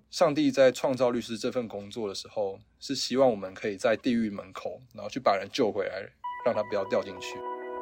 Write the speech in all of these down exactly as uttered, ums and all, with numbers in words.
上帝在创造律师这份工作的时候，是希望我们可以在地狱门口，然后去把人救回来，让他不要掉进去。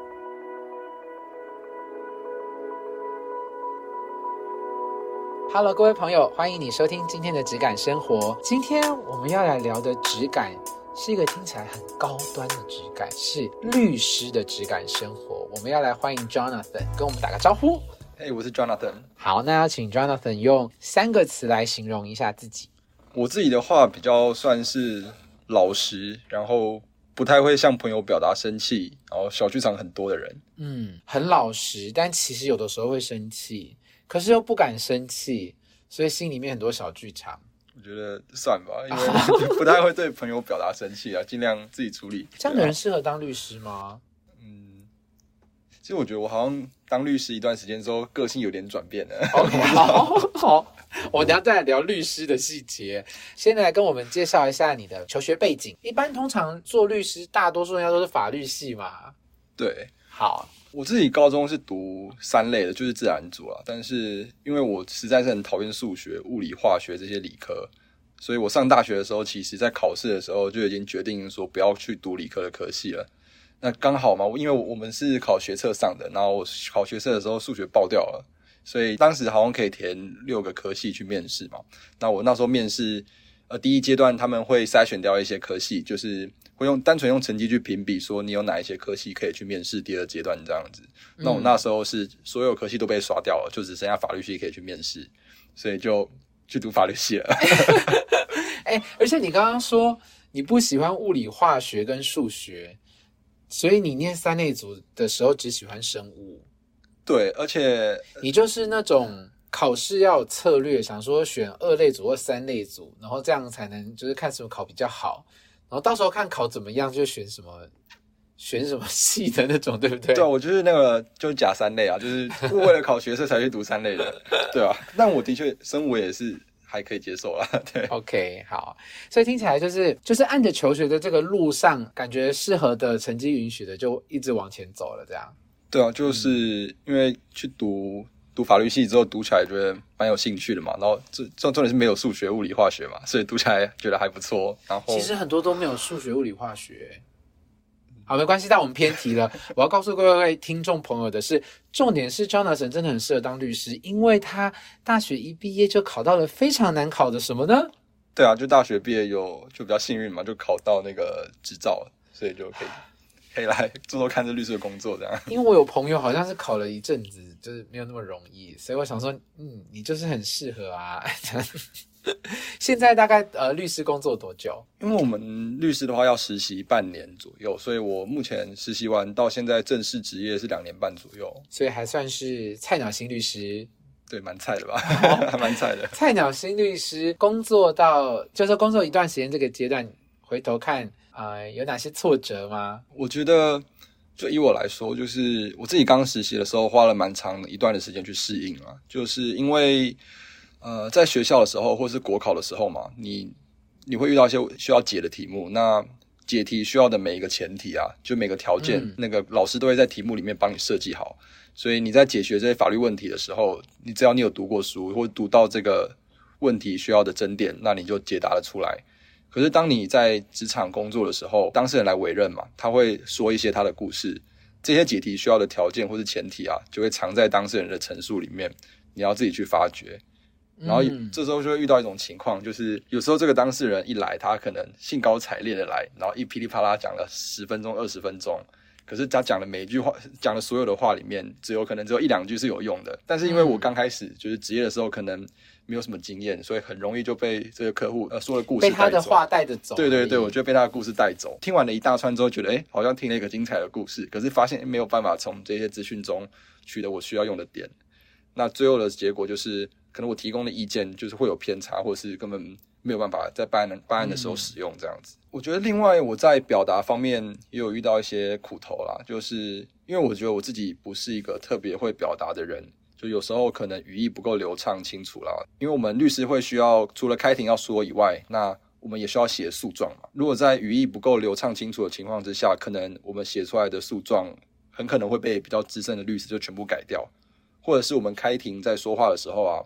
Hello， 各位朋友，欢迎你收听今天的质感生活。今天我们要来聊的质感是一个听起来很高端的质感，是律师的质感生活。我们要来欢迎 Jonathan， 跟我们打个招呼。 嘿、hey, 我是 Jonathan。 好，那要请 Jonathan 用三个词来形容一下自己。 我自己的话比较算是老实，然后不太会向朋友表达生气，然后小剧场很多的人。 嗯，很老实，但其实有的时候会生气，可是又不敢生气，所以心里面很多小剧场。 我觉得算吧，因为不太会对朋友表达生气啊，尽量自己处理。 这样的人适合当律师吗？ 嗯，其实我觉得我好像当律师一段时间之后，个性有点转变了。 OK， 好，好，我等一下再来聊律师的细节。先来跟我们介绍一下你的求学背景。一般通常做律师，大多数人家都是法律系嘛。 对， 好。 我自己高中是读三类的，就是自然组啦，但是因为我实在是很讨厌数学、物理、化学这些理科，所以我上大学的时候，其实在考试的时候就已经决定说不要去读理科的科系了。那刚好嘛，因为我们是考学测上的，然后我考学测的时候数学爆掉了，所以当时好像可以填六个科系去面试嘛。那我那时候面试，呃，第一阶段他们会筛选掉一些科系，就是会用单纯用成绩去评比，说你有哪一些科系可以去面试第二阶段这样子。那我那时候是所有科系都被刷掉了，就只剩下法律系可以去面试，所以就去读法律系了。 欸，而且你刚刚说你不喜欢物理、化学跟数学，所以你念三类组的时候只喜欢生物。 对，而且你就是那种考试要有策略，想说选二类组或三类组，然后这样才能就是看什么考比较好，然后到时候看考怎么样就选什么选什么系的那种，对不对？ 对，我就是那个就是假三类啊，就是为了考学测才去读三类的，对啊。但我的确生物也是还可以接受啦，对。 OK， 好，所以听起来就是就是按着求学的这个路上，感觉适合的成绩允许的，就一直往前走了，这样。 对啊，就是因为去读读法律系之后，读起来觉得蛮有兴趣的嘛。然后这重重点是没有数学、物理、化学嘛，所以读起来觉得还不错。然后其实很多都没有数学、物理、化学。好，没关系，但我们偏题了。我要告诉各位听众朋友的是，重点是 Jonathan 真的很适合当律师，因为他大学一毕业就考到了非常难考的什么呢？ 对啊，就大学毕业有就比较幸运嘛，就考到那个执照了，所以就可以可以来做做看这律师的工作这样。 因为我有朋友好像是考了一阵子，就是没有那么容易，所以我想说，嗯，你就是很适合啊。现在大概呃律师工作多久？ 因为我们律师的话要实习半年左右，所以我目前实习完到现在正式职业是两年半左右， 所以还算是菜鸟新律师。 对，蛮菜的吧，还蛮菜的。 菜鸟新律师工作到就是工作一段时间这个阶段，回头看呃有哪些挫折吗？ 我觉得就以我来说，就是我自己刚实习的时候花了蛮长一段的时间去适应啊，就是因为呃在学校的时候或是国考的时候嘛，你你会遇到一些需要解的题目，那解题需要的每一个前提啊，就每个条件、嗯、那个老师都会在题目里面帮你设计好，所以你在解决这些法律问题的时候，你只要你有读过书或读到这个问题需要的争点，那你就解答了出来。可是当你在职场工作的时候，当事人来委任嘛，他会说一些他的故事，这些解题需要的条件或是前提啊，就会藏在当事人的陈述里面，你要自己去发掘。然后这时候就会遇到一种情况，就是有时候这个当事人一来，他可能兴高采烈的来，然后一噼里啪啦讲了十分钟二十分钟，可是他讲的每一句话，讲的所有的话里面，只有可能只有一两句是有用的。但是因为我刚开始就是职业的时候，可能没有什么经验，所以很容易就被这个客户呃说的故事带走， 被他的话带着走。 对对对，我就被他的故事带走。听完了一大串之后，觉得哎，好像听了一个精彩的故事，可是发现没有办法从这些资讯中取得我需要用的点。那最后的结果就是，可能我提供的意见就是会有偏差，或是根本没有办法在办案办案的时候使用这样子。嗯，我觉得另外我在表达方面也有遇到一些苦头啦，就是因为我觉得我自己不是一个特别会表达的人，就有时候可能语义不够流畅清楚啦。因为我们律师会需要除了开庭要说以外，那我们也需要写诉状嘛。如果在语义不够流畅清楚的情况之下，可能我们写出来的诉状很可能会被比较资深的律师就全部改掉，或者是我们开庭在说话的时候啊，我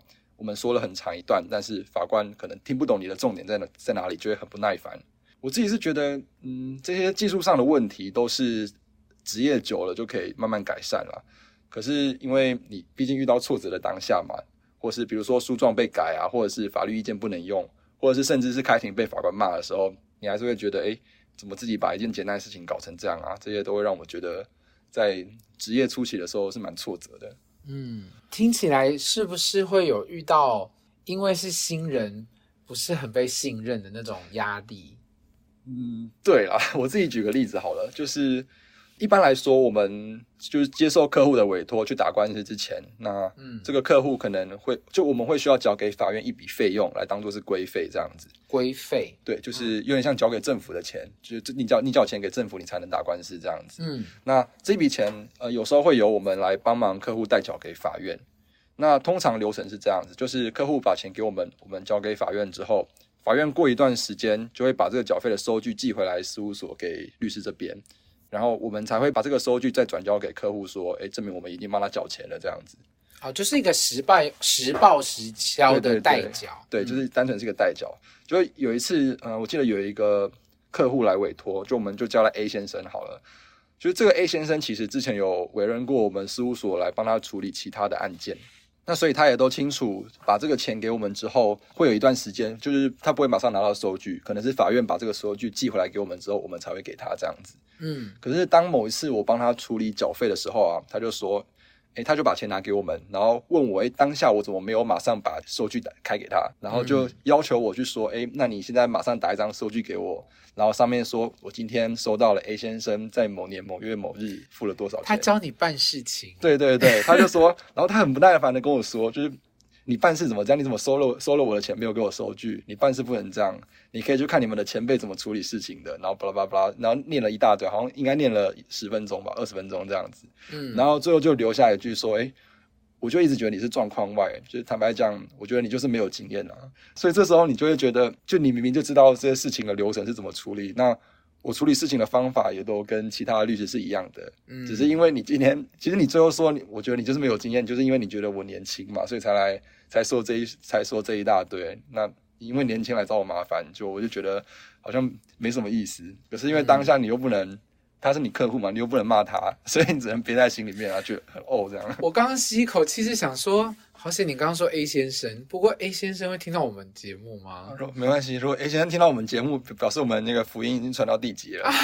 我们说了很长一段，但是法官可能听不懂你的重点在哪在哪里，就会很不耐烦。我自己是觉得，嗯，这些技术上的问题都是职业久了就可以慢慢改善了。可是因为你毕竟遇到挫折的当下嘛，或是比如说诉状被改啊，或者是法律意见不能用，或者是甚至是开庭被法官骂的时候，你还是会觉得，诶，怎么自己把一件简单的事情搞成这样啊？这些都会让我觉得在职业初期的时候是蛮挫折的。 嗯，听起来是不是会有遇到因为是新人不是很被信任的那种压力？ 嗯，对啦，我自己举个例子好了，就是一般来说我们就是接受客户的委托去打官司之前，那这个客户可能会就我们会需要缴给法院一笔费用来当作是规费这样子。 规费？ 对，就是有点像缴给政府的钱，就是你缴你缴钱给政府你才能打官司这样子。 嗯， 那这笔钱呃有时候会由我们来帮忙客户代缴给法院。那通常流程是这样子，就是客户把钱给我们，我们交给法院之后，法院过一段时间就会把这个缴费的收据寄回来事务所给律师这边，然后我们才会把这个收据再转交给客户说，诶，证明我们已经帮他缴钱了这样子。 哦，就是一个实报实报实销的代缴。 对，对，对，对，就是单纯是一个代缴。就有一次呃我记得有一个客户来委托，就我们就叫他 A 先生好了。就是这个 A 先生其实之前有委任过我们事务所来帮他处理其他的案件，那所以他也都清楚把这个钱给我们之后会有一段时间，就是他不会马上拿到收据，可能是法院把这个收据寄回来给我们之后我们才会给他这样子。嗯，可是当某一次我帮他处理缴费的时候啊，他就说诶，他就把钱拿给我们，然后问我诶，当下我怎么没有马上把收据开给他，然后就要求我去说诶，那你现在马上打一张收据给我，然后上面说我今天收到了 A 先生在某年某月某日付了多少钱。 他教你办事情。 对对对，他就说然后他很不耐烦的跟我说，就是你办事怎么这样，你怎么收了收了我的钱没有给我收据，你办事不能这样，你可以去看你们的前辈怎么处理事情的，然后巴拉巴拉巴拉，然后念了一大堆，好像应该念了十分钟吧，二十分钟这样子。嗯，然后最后就留下一句说，诶，我就一直觉得你是状况外，就是坦白讲，我觉得你就是没有经验啊。所以这时候你就会觉得，就你明明就知道这些事情的流程是怎么处理，那我处理事情的方法也都跟其他的律师是一样的，嗯，只是因为你今天，其实你最后说，我觉得你就是没有经验，就是因为你觉得我年轻嘛，所以才来才说这一才说这一大堆。那因为年轻来找我麻烦，就我就觉得好像没什么意思。可是因为当下你又不能。他是你客户嘛，你又不能骂他，所以你只能憋在心里面啊，就很哦这样。 我刚刚吸一口气是想说，好险你刚刚说 A 先生，不过 A 先生会听到我们节目吗？ 没关系，如果 A 先生听到我们节目，表示我们那个福音已经传到地极了。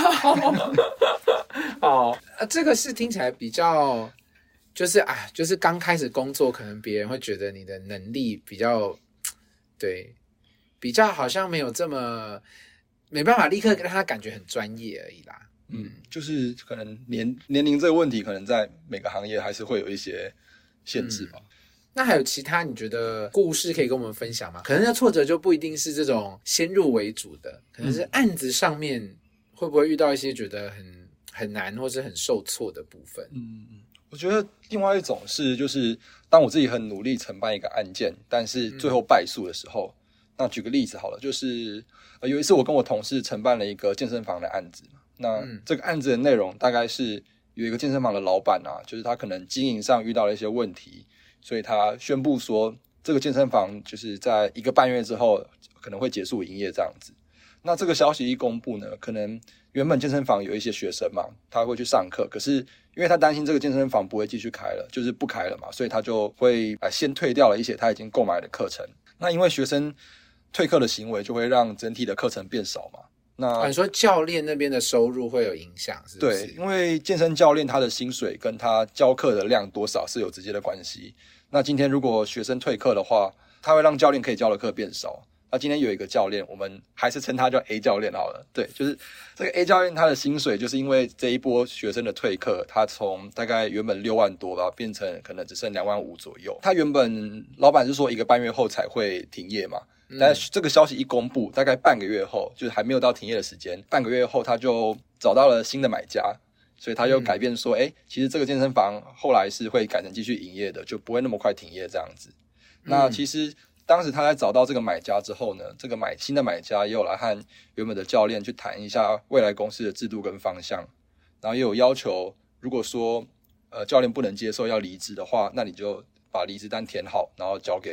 哦，啊，这个是听起来比较，就是啊，就是刚开始工作，可能别人会觉得你的能力比较，对，比较好像没有这么没办法立刻让他感觉很专业而已啦。 嗯，就是可能年年龄这个问题，可能在每个行业还是会有一些限制吧。 嗯，那还有其他你觉得故事可以跟我们分享吗？可能那挫折就不一定是这种先入为主的，可能是案子上面会不会遇到一些觉得很很难或是很受挫的部分？ 嗯，我觉得另外一种是，就是当我自己很努力承办一个案件，但是最后败诉的时候，嗯，那举个例子好了，就是呃有一次我跟我同事承办了一个健身房的案子嘛。那这个案子的内容大概是有一个健身房的老板啊，就是他可能经营上遇到了一些问题，所以他宣布说这个健身房就是在一个半月之后可能会结束营业这样子。那这个消息一公布呢，可能原本健身房有一些学生嘛，他会去上课，可是因为他担心这个健身房不会继续开了，就是不开了嘛，所以他就会先退掉了一些他已经购买的课程。那因为学生退课的行为就会让整体的课程变少嘛。那， 啊，你说教练那边的收入会有影响是不是？ 对，因为健身教练他的薪水跟他教课的量多少是有直接的关系。那今天如果学生退课的话，他会让教练可以教的课变少。那今天有一个教练，我们还是称他叫 A 教练好了。对，就是这个 A 教练他的薪水就是因为这一波学生的退课，他从大概原本六万多吧，变成可能只剩两万五左右。他原本老板是说一个半月后才会停业嘛。但这个消息一公布，大概半个月后，就是还没有到停业的时间，半个月后他就找到了新的买家，所以他又改变说，诶，其实这个健身房后来是会改成继续营业的，就不会那么快停业这样子。那其实当时他在找到这个买家之后呢，这个买新的买家也有来和原本的教练去谈一下未来公司的制度跟方向，然后也有要求，如果说呃教练不能接受要离职的话，那你就把离职单填好，然后交给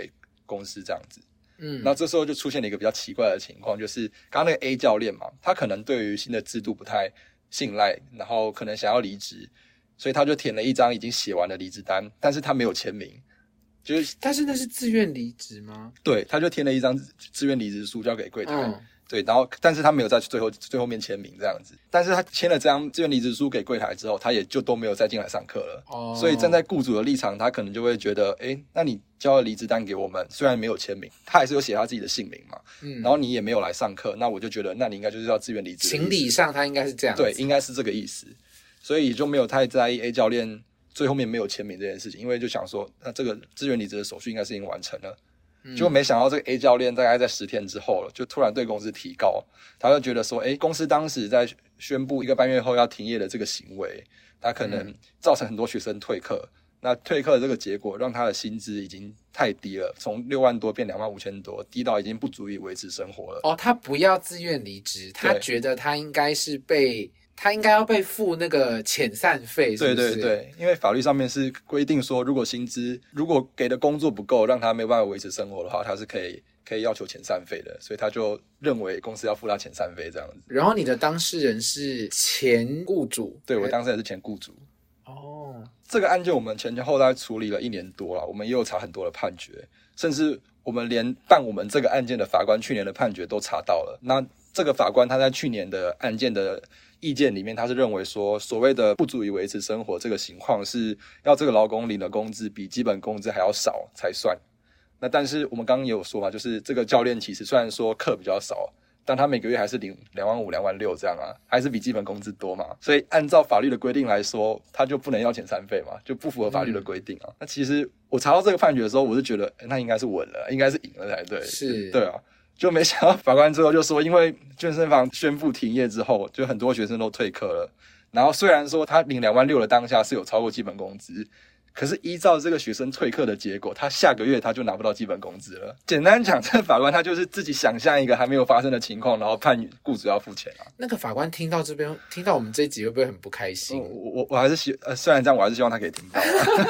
公司这样子。 嗯， 那这时候就出现了一个比较奇怪的情况，就是刚刚那个 A 教练嘛，他可能对于新的制度不太信赖，然后可能想要离职，所以他就填了一张已经写完的离职单，但是他没有签名，就是但是那是自愿离职吗？ 对，他就填了一张自愿离职书交给柜台。 嗯， 对，然后但是他没有在最后最后面签名这样子，但是他签了这张自愿离职书给柜台之后，他也就都没有再进来上课了。哦，所以站在雇主的立场，他可能就会觉得，诶，那你交了离职单给我们，虽然没有签名，他还是有写他自己的姓名嘛。嗯，然后你也没有来上课，那我就觉得，那你应该就是要自愿离职。 情理上他应该是这样子， 对，应该是这个意思。所以就没有太在意 A 教练最后面没有签名这件事情，因为就想说，那这个自愿离职的手续应该是已经完成了。结果没想到这个 A 教练大概在十天之后了，就突然对公司提告，他就觉得说，诶，公司当时在宣布一个半月后要停业的这个行为，他可能造成很多学生退课，嗯、那退课的这个结果让他的薪资已经太低了，从六万多变两万五千多，低到已经不足以维持生活了。 哦，他不要自愿离职，他觉得他应该是被。他应该要被付那个遣散费，是不是？ 对对对，因为法律上面是规定说，如果薪资如果给的工作不够，让他没有办法维持生活的话，他是可以可以要求遣散费的，所以他就认为公司要付他遣散费这样子。 然后你的当事人是前雇主？ 对，我当事人是前雇主。 哦， 这个案件我们前前后后处理了一年多了，我们也有查很多的判决，甚至我们连办我们这个案件的法官去年的判决都查到了。那这个法官他在去年的案件的意见里面，他是认为说，所谓的不足以维持生活这个情况，是要这个劳工领的工资比基本工资还要少才算。那但是我们刚刚也有说嘛，就是这个教练其实虽然说课比较少，但他每个月还是领两万五、两万六这样啊，还是比基本工资多嘛。所以按照法律的规定来说，他就不能要遣散费嘛，就不符合法律的规定啊。嗯、那其实我查到这个判决的时候，我就觉得，那应该是稳了，应该是赢了才对。 是， 对啊。就没想到法官最后就说，因为健身房宣布停业之后，就很多学生都退课了。然后虽然说他领两万六的当下是有超过基本工资，可是依照这个学生退课的结果，他下个月他就拿不到基本工资了。简单讲，这个法官他就是自己想象一个还没有发生的情况，然后判雇主要付钱啊。 那个法官听到这边，听到我们这一集会不会很不开心？ 我我我还是希呃，虽然这样，我还是希望他可以听到。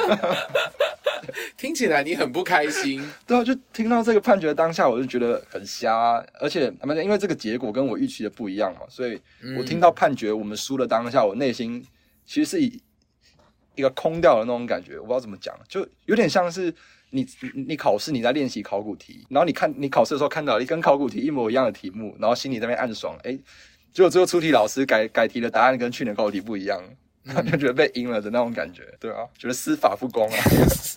听起来你很不开心。 对啊，就听到这个判决当下，我就觉得很瞎、啊，而且因为这个结果跟我预期的不一样嘛，所以我听到判决我们输了当下，我内心其实是以一个空掉的那种感觉，我不知道怎么讲，就有点像是你你考试你在练习考古题，然后你看你考试的时候看到一跟考古题一模一样的题目，然后心里在那边暗爽，哎，结果最后出题老师改改题的答案跟去年考古题不一样。就觉得被阴了的那种感觉，对啊，觉得司法不公啊。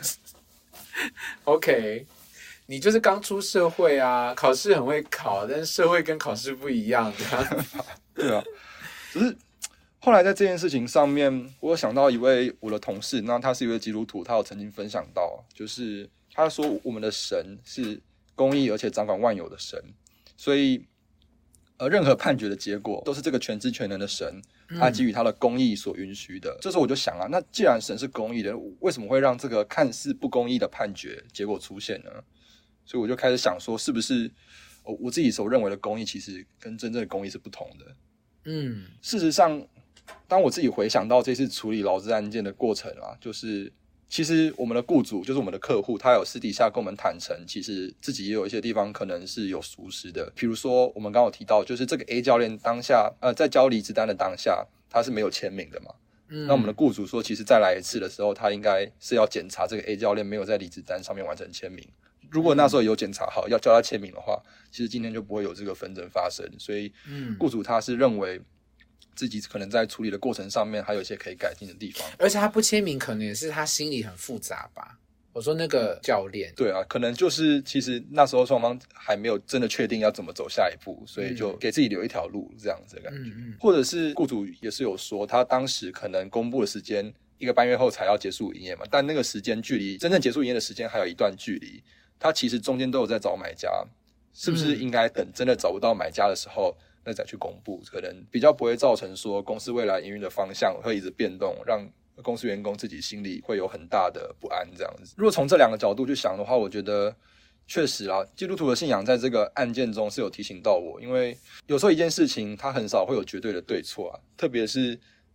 OK， 你就是刚出社会啊，考试很会考，但是社会跟考试不一样的。 对啊，只是后来在这件事情上面，我有想到一位我的同事，那他是一位基督徒，他有曾经分享到，就是他说我们的神是公义而且掌管万有的神，所以呃，任何判决的结果都是这个全知全能的神他基于他的公义所允许的。这时候我就想啊，那既然神是公义的，为什么会让这个看似不公义的判决结果出现呢？所以我就开始想说，是不是我自己所认为的公义其实跟真正的公义是不同的。嗯，事实上当我自己回想到这次处理劳资案件的过程啊，就是其实我们的雇主就是我们的客户，他有私底下跟我们坦诚，其实自己也有一些地方可能是有疏失的。比如说我们刚刚有提到，就是这个 A 教练当下呃在交离职单的当下他是没有签名的嘛。嗯，那我们的雇主说其实再来一次的时候，他应该是要检查这个 A 教练没有在离职单上面完成签名。如果那时候有检查好要叫他签名的话，其实今天就不会有这个纷争发生。所以雇主他是认为自己可能在处理的过程上面还有一些可以改进的地方， 而且他不签名可能也是他心里很复杂吧。我说那个教练， 对啊，可能就是其实那时候双方还没有真的确定要怎么走下一步，所以就给自己留一条路这样子的感觉。嗯嗯，或者是雇主也是有说他当时可能公布的时间一个半月后才要结束营业嘛，但那个时间距离真正结束营业的时间还有一段距离，他其实中间都有在找买家，是不是应该等真的找不到买家的时候那再去公布，可能比较不会造成说公司未来营运的方向会一直变动，让公司员工自己心里会有很大的不安这样子。如果从这两个角度去想的话，我觉得确实啦，基督徒的信仰在这个案件中是有提醒到我，因为有时候一件事情它很少会有绝对的对错啊，特别是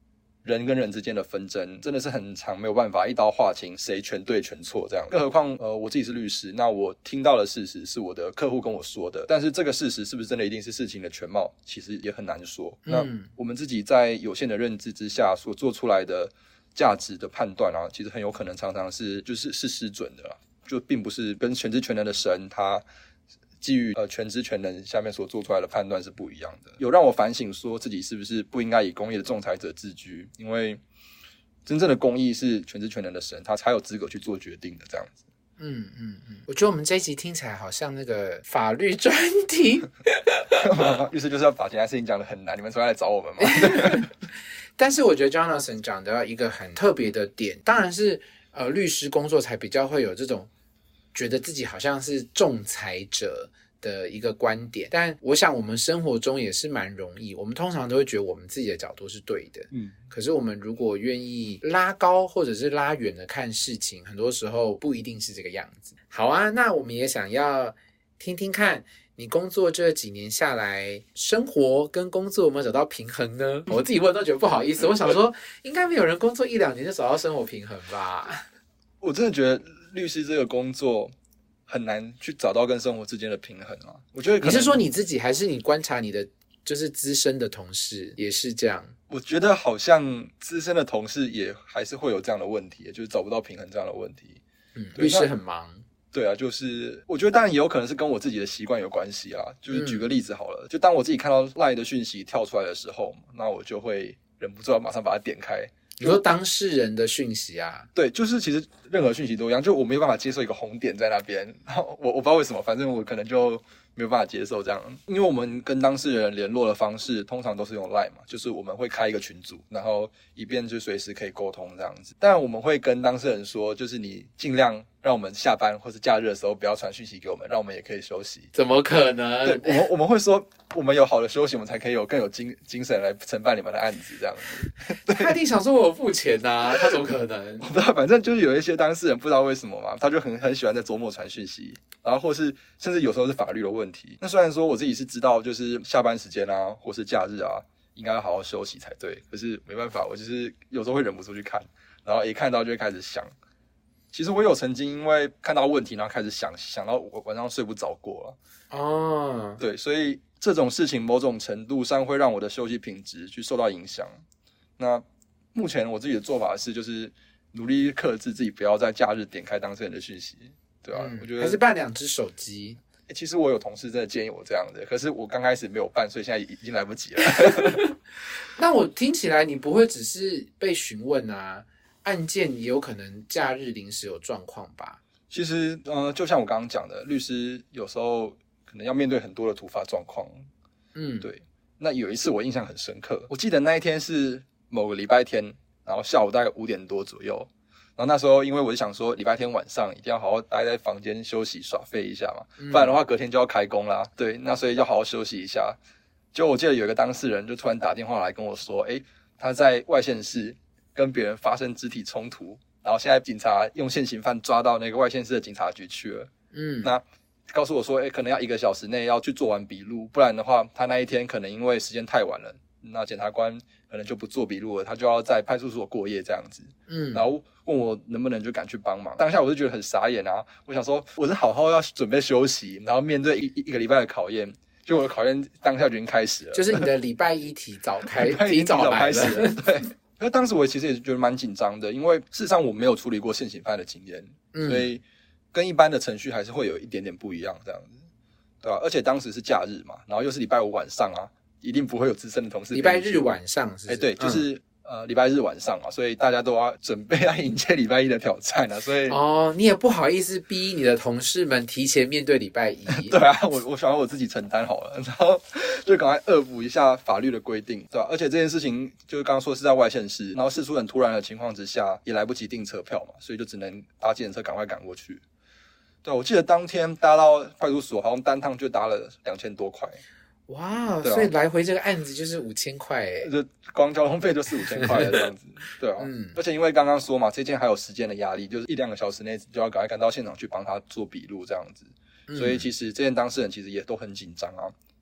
人跟人之间的纷争真的是很常没有办法一刀划清谁全对全错这样。更何况呃我自己是律师，那我听到的事实是我的客户跟我说的，但是这个事实是不是真的一定是事情的全貌，其实也很难说。 嗯、 那我们自己在有限的认知之下所做出来的价值的判断啊，其实很有可能常常是就是是失准的啦，就并不是跟全知全能的神他基于呃全知全能下面所做出来的判断是不一样的。有让我反省说自己是不是不应该以公义的仲裁者自居，因为真正的公义是全知全能的神他才有资格去做决定的这样子。 嗯嗯嗯，我觉得我们这一集听起来好像那个法律专题律师就是要把其他事情讲得很难，你们才来找我们嘛但是我觉得 Jonathan 讲到一个很特别的点，当然是呃律师工作才比较会有这种觉得自己好像是仲裁者的一个观点，但我想我们生活中也是蛮容易，我们通常都会觉得我们自己的角度是对的，嗯，可是我们如果愿意拉高或者是拉远的看事情，很多时候不一定是这个样子。好啊，那我们也想要听听看你工作这几年下来，生活跟工作有没有找到平衡呢？我自己问都觉得不好意思，我想说应该没有人工作一两年就找到生活平衡吧。 我真的觉得律师这个工作很难去找到跟生活之间的平衡啊。我觉得可能你是说你自己，还是你观察你的就是资深的同事也是这样？ 我觉得好像资深的同事也还是会有这样的问题，就是找不到平衡这样的问题。 嗯，律师很忙。 对啊，就是我觉得当然也有可能是跟我自己的习惯有关系啊。就是举个例子好了，嗯、就当我自己看到 LINE 的讯息跳出来的时候，那我就会忍不住要马上把它点开。 你说当事人的讯息啊？ 对，就是其实任何讯息都一样，就我没有办法接受一个红点在那边，然后我我不知道为什么，反正我可能就没有办法接受这样。因为我们跟当事人联络的方式通常都是用 LINE 嘛，就是我们会开一个群组，然后以便就随时可以沟通这样子。但我们会跟当事人说，就是你尽量让我们下班或是假日的时候不要传讯息给我们，让我们也可以休息。 怎么可能？ 对，我们我们会说，我们有好的休息，我们才可以有更有精精神来承办你们的案子这样子。 他一定想说我有付钱啊，他怎么可能？ 我不知道，反正就是有一些当事人不知道为什么嘛，他就很很喜欢在周末传讯息，然后或是甚至有时候是法律的问题。那虽然说我自己是知道，就是下班时间啊，或是假日啊，应该要好好休息才对，可是没办法，我就是有时候会忍不住去看，然后一看到就会开始想。其实我有曾经因为看到问题，然后开始想，想到我晚上睡不着过了。哦，对，所以这种事情某种程度上会让我的休息品质去受到影响。那目前我自己的做法是，就是努力克制自己，不要在假日点开当事人的讯息，对吧、啊嗯？我觉得还是办两只手机。 欸、其实我有同事真的建议我这样的，可是我刚开始没有办，所以现在已经来不及了。 那我听起来你不会只是被询问啊？案件也有可能假日临时有状况吧？ 其实，呃，就像我刚刚讲的，律师有时候可能要面对很多的突发状况。嗯，对。那有一次我印象很深刻，我记得那一天是某个礼拜天，然后下午大概五点多左右。然后那时候，因为我就想说，礼拜天晚上一定要好好待在房间休息耍废一下嘛，不然的话隔天就要开工啦。对，那所以要好好休息一下。就我记得有一个当事人就突然打电话来跟我说，诶，他在外县市跟别人发生肢体冲突，然后现在警察用现行犯抓到那个外县市的警察局去了。嗯，那告诉我说，诶，可能要一个小时内要去做完笔录，不然的话，他那一天可能因为时间太晚了，那检察官可能就不做笔录了，他就要在派出所过夜这样子。嗯，然后问我能不能就赶去帮忙。当下我就觉得很傻眼啊，我想说我是好好要准备休息，然后面对一一个礼拜的考验。就我的考验当下就已经开始了， 就是你的礼拜一提早开， 提早开始了，对。因为当时我其实也觉得蛮紧张的，因为事实上我没有处理过现行犯的经验，嗯、所以跟一般的程序还是会有一点点不一样，这样子，对吧、啊？而且当时是假日嘛，然后又是礼拜五晚上啊，一定不会有资深的同事。 礼拜日晚上是不是？ 哎，对，就是。嗯呃，礼拜日晚上嘛，所以大家都要准备要迎接礼拜一的挑战啊，所以哦，你也不好意思逼你的同事们提前面对礼拜一。 对啊，我我想要我自己承担好了，然后就赶快恶补一下法律的规定，对吧、啊？而且这件事情就是刚刚说是在外县市，然后事出很突然的情况之下，也来不及订车票嘛，所以就只能搭计程车赶快赶过去。对、啊，我记得当天搭到派出所，好像单趟就搭了两千多块。 哇，啊、所以来回这个案子就是五千块诶， 就光交通费就四五千块了这样子，对啊，嗯，而且因为刚刚说嘛，这件还有时间的压力，就是一两个小时内就要赶快赶到现场去帮他做笔录这样子，嗯、所以其实这件当事人其实也都很紧张啊，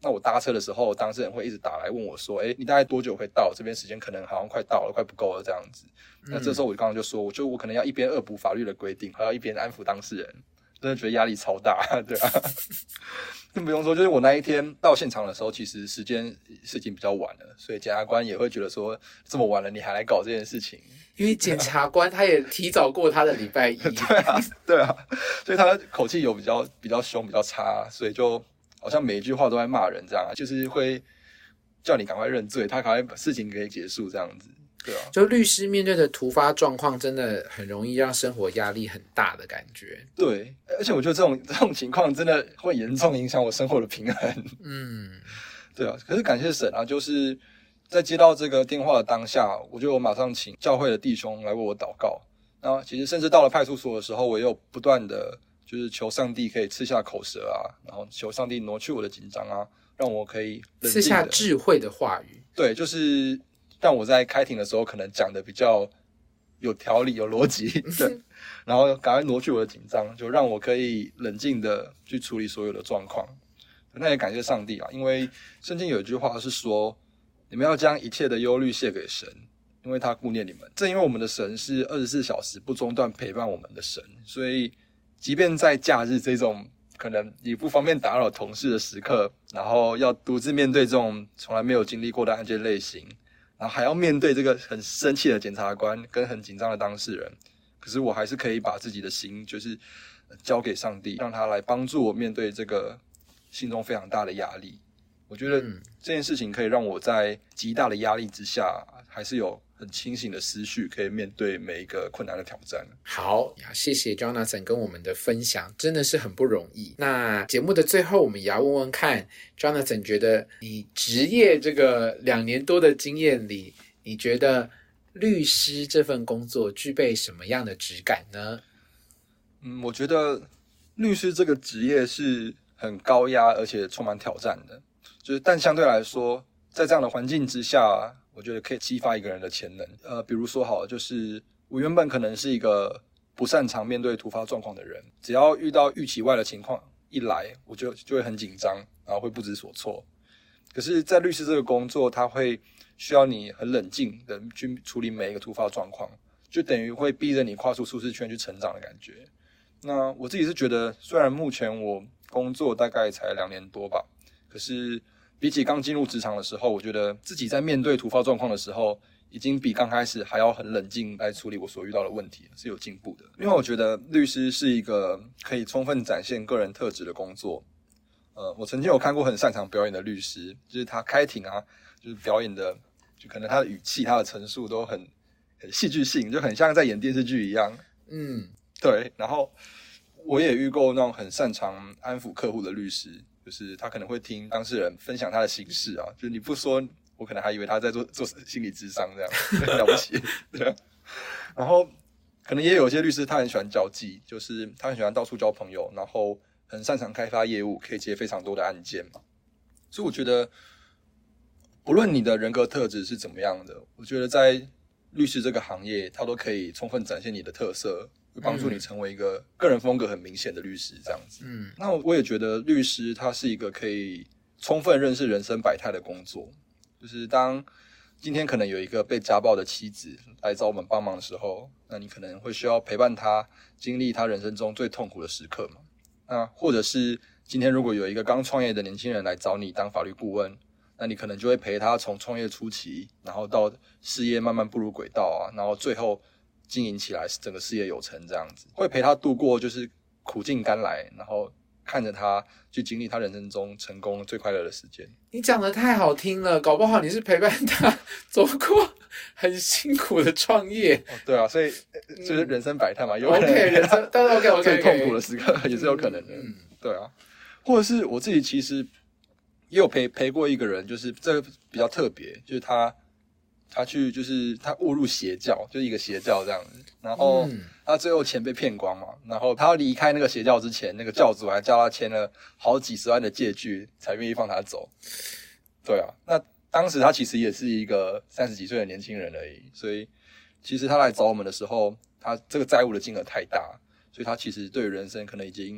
那我搭车的时候，当事人会一直打来问我说，诶，你大概多久会到？这边时间可能好像快到了，快不够了这样子。那这时候我刚刚就说，我就我可能要一边恶补法律的规定，还要一边安抚当事人，真的觉得压力超大，对啊。更不用说，就是我那一天到现场的时候，其实时间是已经比较晚了，所以检察官也会觉得说，这么晚了你还来搞这件事情。 因为检察官他也提早过他的礼拜一。 对啊，对啊，所以他口气有比较比较凶，比较差，所以就好像每一句话都在骂人这样，就是会叫你赶快认罪，他赶快把事情给结束这样子。对啊， 就律师面对的突发状况，真的很容易让生活压力很大的感觉。 对，而且我觉得这种这种情况真的会严重影响我生活的平衡。 嗯， 对啊，可是感谢神啊，就是在接到这个电话的当下，我就马上请教会的弟兄来为我祷告。然后其实甚至到了派出所的时候，我也有不断的就是求上帝可以赐下口舌啊，然后求上帝挪去我的紧张啊，让我可以冷静的赐下智慧的话语。 对，就是让我在开庭的时候可能讲的比较有条理、有逻辑，对，然后赶快挪去我的紧张，就让我可以冷静的去处理所有的状况。那也感谢上帝啊，因为圣经有一句话是说，你们要将一切的忧虑卸给神，因为他顾念你们。正因为我们的神是二十四小时不中断陪伴我们的神，所以即便在假日这种可能你不方便打扰同事的时刻，然后要独自面对这种从来没有经历过的案件类型，然后还要面对这个很生气的检察官跟很紧张的当事人，可是我还是可以把自己的心就是交给上帝，让他来帮助我面对这个心中非常大的压力。我觉得这件事情可以让我在极大的压力之下，还是有很清醒的思绪，可以面对每一个困难的挑战。 好，谢谢 Jonathan 跟我们的分享，真的是很不容易。那节目的最后，我们也要问问看 Jonathan 觉得你职业这个两年多的经验里，你觉得律师这份工作具备什么样的质感呢？ 嗯，我觉得律师这个职业是很高压而且充满挑战的，就是但相对来说，在这样的环境之下，我觉得可以激发一个人的潜能。呃，比如说好，就是我原本可能是一个不擅长面对突发状况的人，只要遇到预期外的情况一来，我就就会很紧张，然后会不知所措。可是，在律师这个工作，它会需要你很冷静的去处理每一个突发状况，就等于会逼着你跨出舒适圈去成长的感觉。那我自己是觉得，虽然目前我工作大概才两年多吧，可是比起刚进入职场的时候，我觉得自己在面对突发状况的时候，已经比刚开始还要很冷静来处理我所遇到的问题，是有进步的。因为我觉得律师是一个可以充分展现个人特质的工作。呃，我曾经有看过很擅长表演的律师，就是他开庭啊，就是表演的，就可能他的语气、他的陈述都很很戏剧性，就很像在演电视剧一样。 嗯， 对。然后我也遇过那种很擅长安抚客户的律师，就是他可能会听当事人分享他的心事啊，就是你不说，我可能还以为他在做做心理咨商这样，很了不起。对啊。然后可能也有些律师他很喜欢交际，就是他很喜欢到处交朋友，然后很擅长开发业务，可以接非常多的案件嘛。所以我觉得，不论你的人格特质是怎么样的，我觉得在律师这个行业，它都可以充分展现你的特色，会帮助你成为一个个人风格很明显的律师这样子。嗯，那我也觉得律师他是一个可以充分认识人生百态的工作。就是当今天可能有一个被家暴的妻子来找我们帮忙的时候，那你可能会需要陪伴他经历他人生中最痛苦的时刻嘛。那或者是今天如果有一个刚创业的年轻人来找你当法律顾问，那你可能就会陪他从创业初期，然后到事业慢慢步入轨道啊，然后最后经营起来整个事业有成这样子，会陪他度过就是苦尽甘来，然后看着他去经历他人生中成功最快乐的时间。 你讲的太好听了，搞不好你是陪伴他走过很辛苦的创业。 哦、对啊，所以就是人生百态嘛，有可能 OK 人生，但是 OK OK 最痛苦的时刻也是有可能的。嗯，对啊，或者是我自己其实也有陪陪过一个人，就是这个比较特别，就是他他去就是他误入邪教，就是一个邪教这样子，然后他最后钱被骗光嘛，然后他要离开那个邪教之前，那个教主还叫他签了好几十万的借据才愿意放他走。对啊，那当时他其实也是一个三十几岁的年轻人而已，所以其实他来找我们的时候，他这个债务的金额太大，所以他其实对于人生可能已经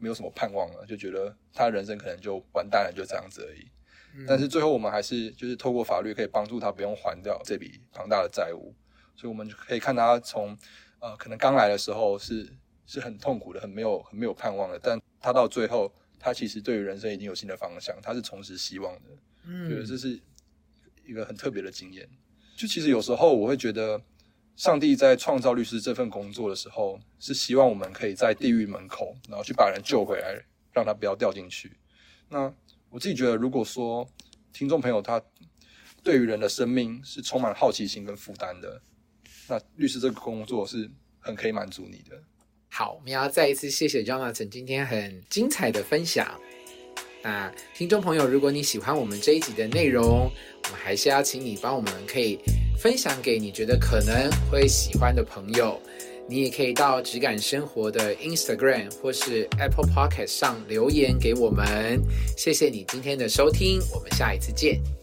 没有什么盼望了，就觉得他人生可能就完蛋了，就这样子而已。嗯、但是最后我们还是就是透过法律可以帮助他不用还掉这笔庞大的债务，所以我们就可以看他从呃可能刚来的时候是是很痛苦的，很没有很没有盼望的，但他到最后他其实对于人生已经有新的方向，他是重拾希望的。嗯，觉得这是一个很特别的经验。就其实有时候我会觉得上帝在创造律师这份工作的时候，是希望我们可以在地狱门口，然后去把人救回来，让他不要掉进去。那我自己觉得，如果说听众朋友他对于人的生命是充满好奇心跟负担的，那律师这个工作是很可以满足你的。 好，我们要再一次谢谢 Jonathan 今天很精彩的分享。那听众朋友，如果你喜欢我们这一集的内容，我们还是要请你帮我们可以分享给你觉得可能会喜欢的朋友。你也可以到质感生活的 Instagram 或是 Apple Podcast 上留言给我们。谢谢你今天的收听，我们下一次见。